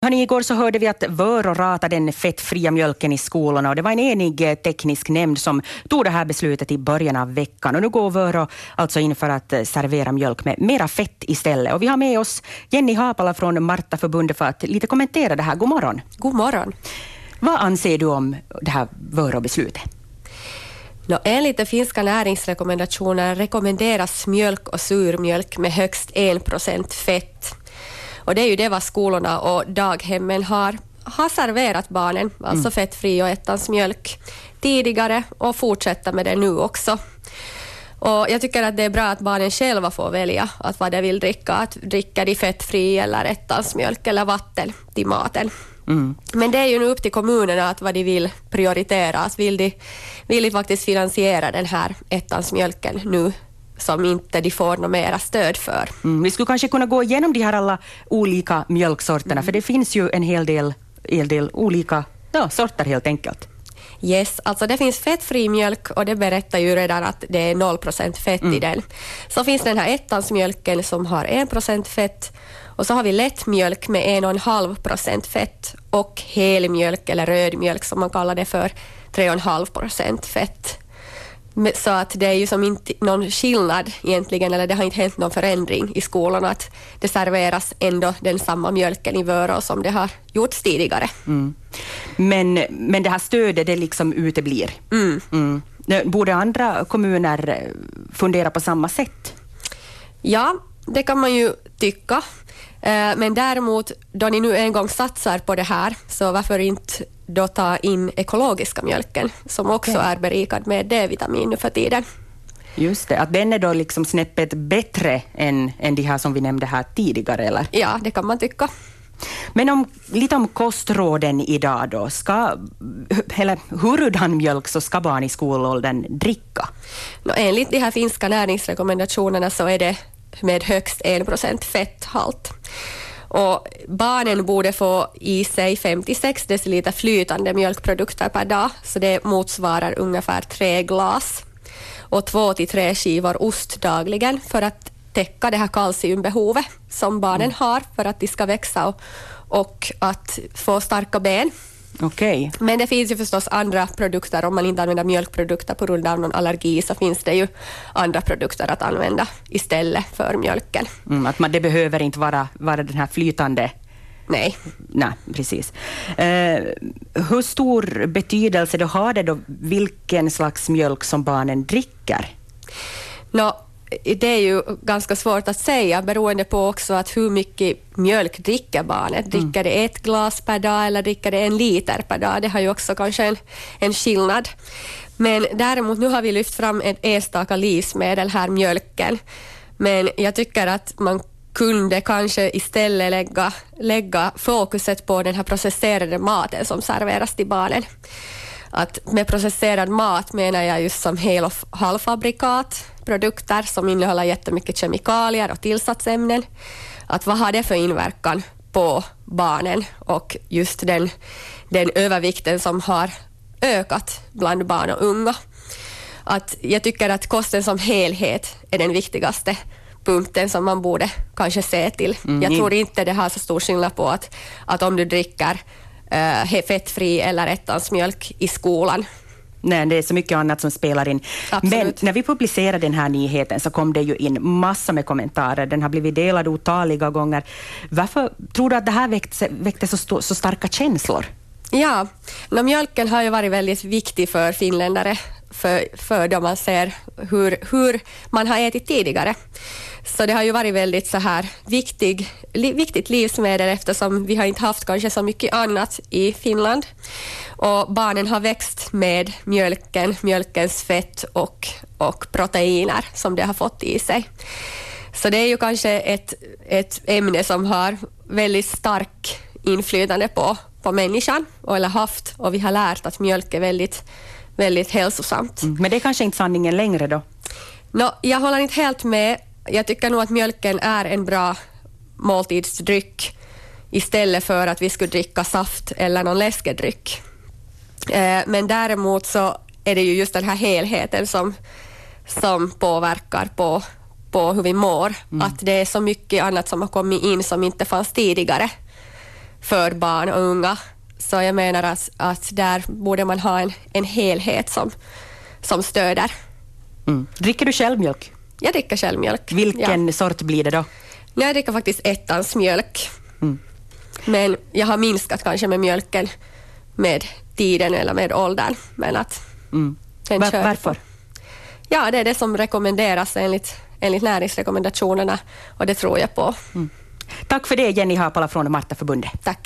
Hörrni, igår så hörde vi att Vörå ratade den fettfria mjölken i skolorna och det var en enig teknisk nämnd som tog det här beslutet i början av veckan. Och nu går Vörå alltså in för att servera mjölk med mera fett istället. Och vi har med oss Jenny Hapala från Martaförbundet för att lite kommentera det här. God morgon. God morgon. Vad anser du om det här Vörå-beslutet? Enligt den finska näringsrekommendationen rekommenderas mjölk och surmjölk med högst 1% fett. Och det är ju det vad skolorna och daghemmen har serverat barnen, alltså fettfri och ettans mjölk tidigare och fortsätter med det nu också. Och jag tycker att det är bra att barnen själva får välja att vad de vill dricka, att dricka de fettfri eller ettans mjölk eller vatten till maten. Men det är ju nu upp till kommunerna att vad de vill prioritera, att vill de faktiskt finansiera den här ettans mjölken nu som inte de får något mera stöd för. Vi skulle kanske kunna gå igenom de här alla olika mjölksorterna, för det finns ju en hel del olika sorter helt enkelt. Yes, alltså det finns fettfri mjölk och det berättar ju redan att det är 0% fett i den. Så finns den här ettans mjölken som har 1% fett och så har vi lättmjölk med 1,5% fett och helmjölk eller rödmjölk som man kallar det för 3,5% fett. Så att det är ju som inte någon skillnad egentligen, eller det har inte hänt någon förändring i skolan att det serveras ändå den samma mjölken i Vörå som det har gjorts tidigare. Men det här stödet det liksom uteblir. Borde andra kommuner fundera på samma sätt? Ja, det kan man ju tycka. Men däremot, då ni nu en gång satsar på det här, så varför inte då ta in ekologiska mjölken som också är berikad med D-vitamin nu för tiden. Just det, att den är då liksom snäppet bättre än de här som vi nämnde här tidigare, eller? Ja, det kan man tycka. Men lite om kostråden idag då. Hurdan mjölk så ska barn i skolåldern dricka? Enligt de här finska näringsrekommendationerna så är det med högst 1% fetthalt. Och barnen borde få i sig 56 deciliter flytande mjölkprodukter per dag, så det motsvarar ungefär 3 glas. Och 2-3 skivor ost dagligen för att täcka det här kalciumbehovet som barnen har för att de ska växa och att få starka ben. Okej. Men det finns ju förstås andra produkter. Om man inte använder mjölkprodukter på grund av någon allergi så finns det ju andra produkter att använda istället för mjölken. Det behöver inte vara den här flytande. Nej, precis. Hur stor betydelse då har det då vilken slags mjölk som barnen dricker? Det är ju ganska svårt att säga beroende på också att hur mycket mjölk dricker barnet. Dricker det 1 glas per dag eller dricker det 1 liter per dag? Det har ju också kanske en skillnad. Men däremot nu har vi lyft fram ett enstaka livsmedel här, mjölken. Men jag tycker att man kunde kanske istället lägga fokuset på den här processerade maten som serveras till barnen. Att med processerad mat menar jag just som hel- och halvfabrikat, produkter som innehåller jättemycket kemikalier och tillsatsämnen. Att vad har det för inverkan på barnen och just den övervikten som har ökat bland barn och unga. Att jag tycker att kosten som helhet är den viktigaste punkten som man borde kanske se till. Jag tror inte det har så stor skillnad på att om du dricker fettfri eller ettans mjölk i skolan. Nej, det är så mycket annat som spelar in. Absolut. Men när vi publicerade den här nyheten så kom det ju in massor med kommentarer. Den har blivit delad otaliga gånger. Varför tror du att det här väckte så starka känslor? Ja, mjölken har ju varit väldigt viktig för finländare för då man ser hur man har ätit tidigare. Så det har ju varit väldigt så här viktigt livsmedel eftersom vi har inte haft kanske så mycket annat i Finland. Och barnen har växt med mjölkens fett och proteiner som det har fått i sig. Så det är ju kanske ett ämne som har väldigt stark inflytande på människan eller haft, och vi har lärt att mjölk är väldigt, väldigt hälsosamt. Men det är kanske inte sanningen längre då? Jag håller inte helt med. Jag tycker nog att mjölken är en bra måltidsdryck istället för att vi skulle dricka saft eller någon läskedryck. Men däremot så är det ju just den här helheten som påverkar på hur vi mår. Att det är så mycket annat som har kommit in som inte fanns tidigare. för barn och unga. Så jag menar att där borde man ha en helhet som stöder. Dricker du själv mjölk? Jag dricker själv mjölk. Vilken sort blir det då? Jag dricker faktiskt ettans mjölk. Men jag har minskat kanske med mjölken med tiden eller med åldern. Men att Varför? Ja, det är det som rekommenderas enligt näringsrekommendationerna och det tror jag på. Tack för det, Jenny Haapala från Martaförbundet. Tack.